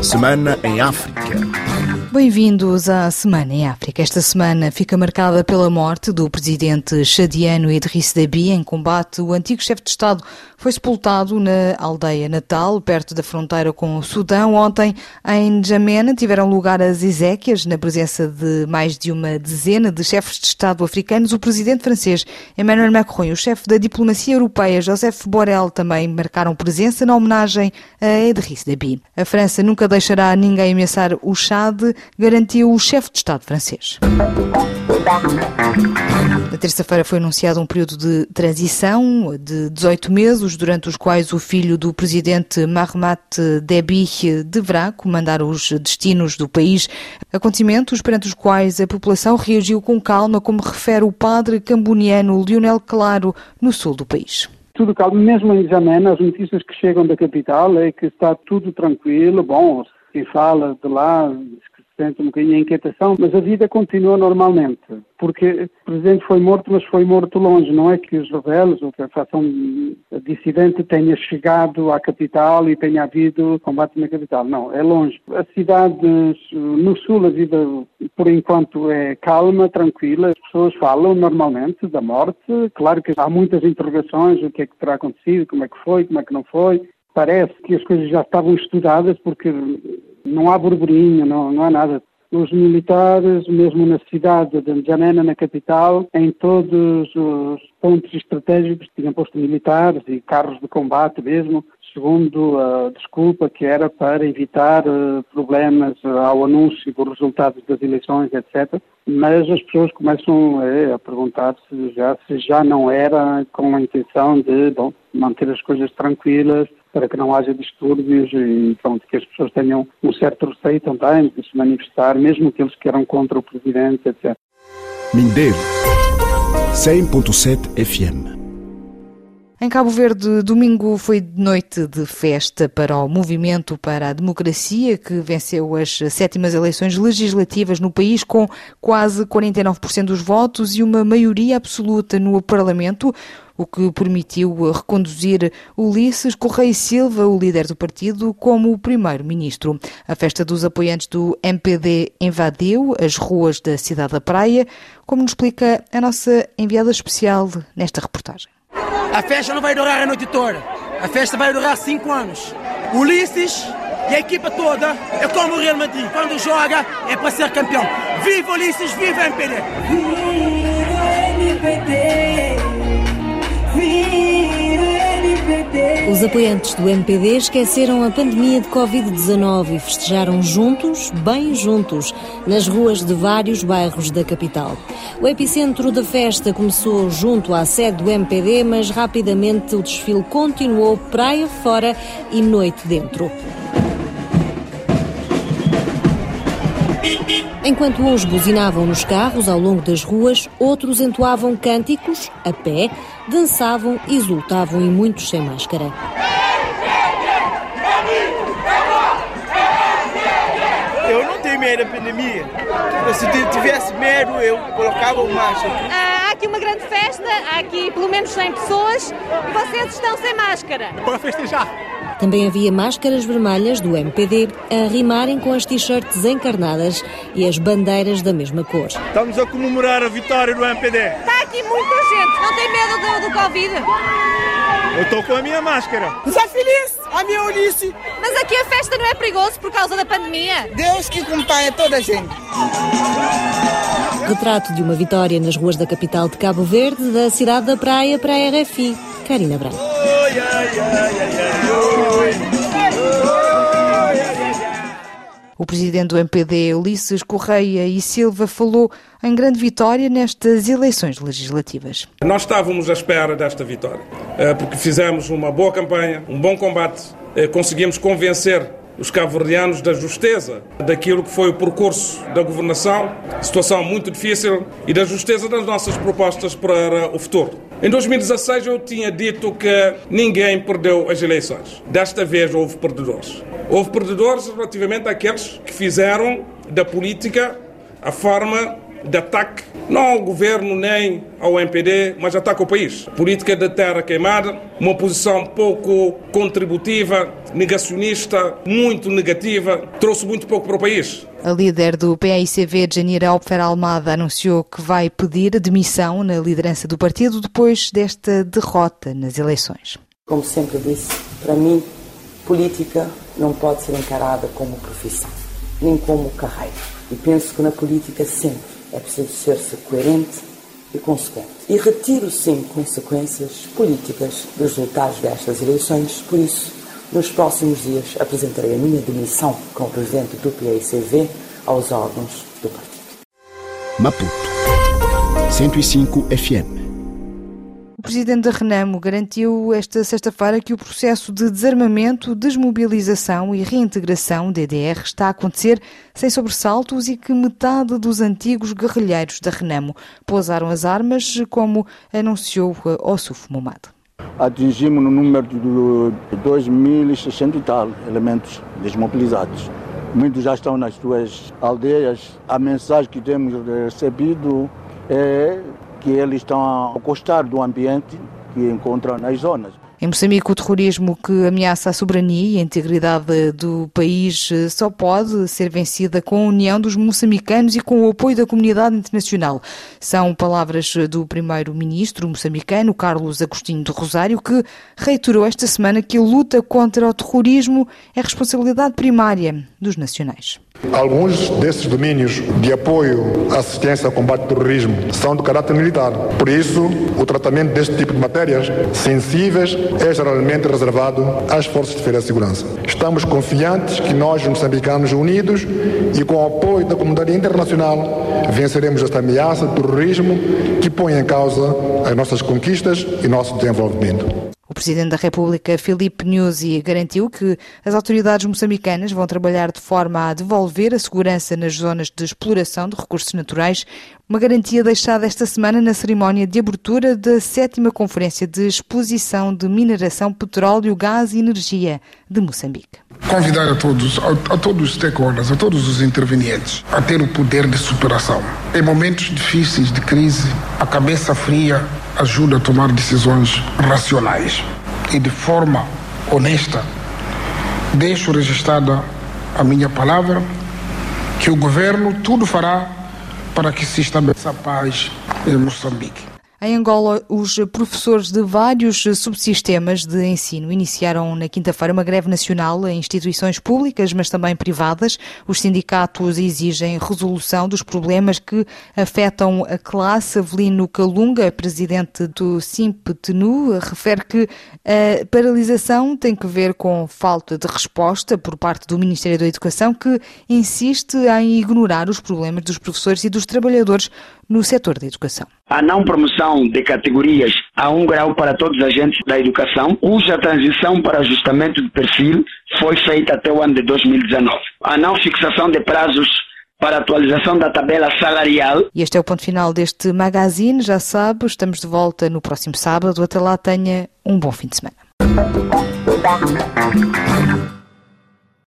Semana em África. Bem-vindos à Semana em África. Esta semana fica marcada pela morte do presidente chadiano Idriss Déby em combate. O antigo chefe de Estado foi sepultado na aldeia natal, perto da fronteira com o Sudão. Ontem, em N'Djamena, tiveram lugar as exéquias, na presença de mais de uma dezena de chefes de Estado africanos. O presidente francês Emmanuel Macron e o chefe da diplomacia europeia, Joseph Borrell, também marcaram presença na homenagem a Idriss Déby. A França nunca deixará ninguém ameaçar o Chad, garantiu o chefe de Estado francês. Na terça-feira foi anunciado um período de transição de 18 meses, durante os quais o filho do presidente Mahamat Déby deverá comandar os destinos do país. Acontecimentos perante os quais a população reagiu com calma, como refere o padre camboniano Lionel Claro, no sul do país. Tudo calmo, mesmo em N'Djamena, as notícias que chegam da capital é que está tudo tranquilo. Bom, quem fala de lá sente um bocadinho a inquietação, mas a vida continua normalmente, porque o presidente foi morto, mas foi morto longe. Não é que os rebeldes ou que a facção dissidente tenha chegado à capital e tenha havido combate na capital. Não, é longe. As cidades no sul, a vida por enquanto é calma, tranquila. As pessoas falam normalmente da morte. Claro que há muitas interrogações, o que é que terá acontecido, como é que foi, como é que não foi. Parece que as coisas já estavam estudadas, porque não há burburinho, não há nada. Os militares, mesmo na cidade de N'Djamena, na capital, em todos os pontos estratégicos, tinham posto militares e carros de combate mesmo, segundo a desculpa que era para evitar problemas ao anúncio dos resultados das eleições, etc. Mas as pessoas começam a perguntar se já não era com a intenção de manter as coisas tranquilas, para que não haja distúrbios e que as pessoas tenham um certo receio também de se manifestar, mesmo aqueles que eram contra o presidente, etc. Mindelo 100.7 FM. Em Cabo Verde, domingo foi noite de festa para o Movimento para a Democracia, que venceu as 7ª eleições legislativas no país com quase 49% dos votos e uma maioria absoluta no Parlamento, o que permitiu reconduzir Ulisses Correia Silva, o líder do partido, como o primeiro-ministro. A festa dos apoiantes do MPD invadiu as ruas da cidade da Praia, como nos explica a nossa enviada especial nesta reportagem. A festa não vai durar a noite toda. A festa vai durar 5 anos. Ulisses e a equipa toda é como o Real Madrid. Quando joga é para ser campeão. Viva Ulisses, viva a MPD! Viva MPD! Os apoiantes do MPD esqueceram a pandemia de Covid-19 e festejaram juntos, bem juntos, nas ruas de vários bairros da capital. O epicentro da festa começou junto à sede do MPD, mas rapidamente o desfile continuou praia fora e noite dentro. Enquanto uns buzinavam nos carros ao longo das ruas, outros entoavam cânticos, a pé, dançavam, exultavam e muitos sem máscara. Eu não tenho medo da pandemia. Se tivesse medo, eu colocava máscara. Há aqui uma grande festa, há aqui pelo menos 100 pessoas e vocês estão sem máscara. Para festejar. Também havia máscaras vermelhas do MPD a rimarem com as t-shirts encarnadas e as bandeiras da mesma cor. Estamos a comemorar a vitória do MPD. Está aqui muita gente, não tem medo do Covid? Eu estou com a minha máscara. Está feliz? A minha Ulisses. Mas aqui a festa não é perigoso por causa da pandemia? Deus que acompanha toda a gente. Retrato de uma vitória nas ruas da capital de Cabo Verde, da cidade da Praia para a RFI. Karina Branco. O presidente do MPD, Ulisses Correia e Silva, falou em grande vitória nestas eleições legislativas. Nós estávamos à espera desta vitória, porque fizemos uma boa campanha, um bom combate, conseguimos convencer os cabo-verdianos da justeza daquilo que foi o percurso da governação, situação muito difícil, e da justeza das nossas propostas para o futuro. Em 2016 eu tinha dito que ninguém perdeu as eleições. Desta vez houve perdedores. Houve perdedores relativamente àqueles que fizeram da política a forma de ataque, não ao governo nem ao MPD, mas ataque ao país. Política de terra queimada, uma posição pouco contributiva, negacionista, muito negativa, trouxe muito pouco para o país. A líder do PAICV, Janira Alfer Almada, anunciou que vai pedir a demissão na liderança do partido depois desta derrota nas eleições. Como sempre disse, para mim, política não pode ser encarada como profissão, nem como carreira. E penso que na política sempre é preciso ser-se coerente e consequente. E retiro sim consequências políticas dos resultados destas eleições, por isso, nos próximos dias apresentarei a minha demissão como presidente do PAICV aos órgãos do partido. Maputo 105 FM. O presidente da Renamo garantiu esta sexta-feira que o processo de desarmamento, desmobilização e reintegração DDR está a acontecer sem sobressaltos e que metade dos antigos guerrilheiros da Renamo pousaram as armas, como anunciou Ossuf Momad. Atingimos no número de 2.600 e tal elementos desmobilizados. Muitos já estão nas suas aldeias. A mensagem que temos recebido é que eles estão a gostar do ambiente que encontram nas zonas. Em Moçambique, o terrorismo que ameaça a soberania e a integridade do país só pode ser vencida com a união dos moçambicanos e com o apoio da comunidade internacional. São palavras do primeiro-ministro moçambicano, Carlos Agostinho do Rosário, que reiterou esta semana que a luta contra o terrorismo é responsabilidade primária dos nacionais. Alguns desses domínios de apoio à assistência ao combate ao terrorismo são de caráter militar. Por isso, o tratamento deste tipo de matérias sensíveis é geralmente reservado às Forças de Defesa e Segurança. Estamos confiantes que nós, moçambicanos unidos e com o apoio da comunidade internacional, venceremos esta ameaça do terrorismo que põe em causa as nossas conquistas e nosso desenvolvimento. O Presidente da República, Filipe Nyusi, garantiu que as autoridades moçambicanas vão trabalhar de forma a devolver a segurança nas zonas de exploração de recursos naturais, uma garantia deixada esta semana na cerimónia de abertura da 7ª Conferência de Exposição de Mineração, Petróleo, Gás e Energia de Moçambique. Convidar a todos os stakeholders, a todos os intervenientes, a ter o poder de superação. Em momentos difíceis de crise, a cabeça fria ajuda a tomar decisões racionais e de forma honesta. Deixo registrada a minha palavra que o governo tudo fará para que se estabeleça a paz em Moçambique. Em Angola, os professores de vários subsistemas de ensino iniciaram na quinta-feira uma greve nacional em instituições públicas, mas também privadas. Os sindicatos exigem resolução dos problemas que afetam a classe. Avelino Calunga, presidente do SIMP-TNU, refere que a paralisação tem que ver com falta de resposta por parte do Ministério da Educação, que insiste em ignorar os problemas dos professores e dos trabalhadores no setor da educação. A não promoção de categorias a 1 grau para todos os agentes da educação, cuja transição para ajustamento de perfil foi feita até o ano de 2019. A não fixação de prazos para atualização da tabela salarial. E este é o ponto final deste magazine. Já sabe, estamos de volta no próximo sábado. Até lá, tenha um bom fim de semana.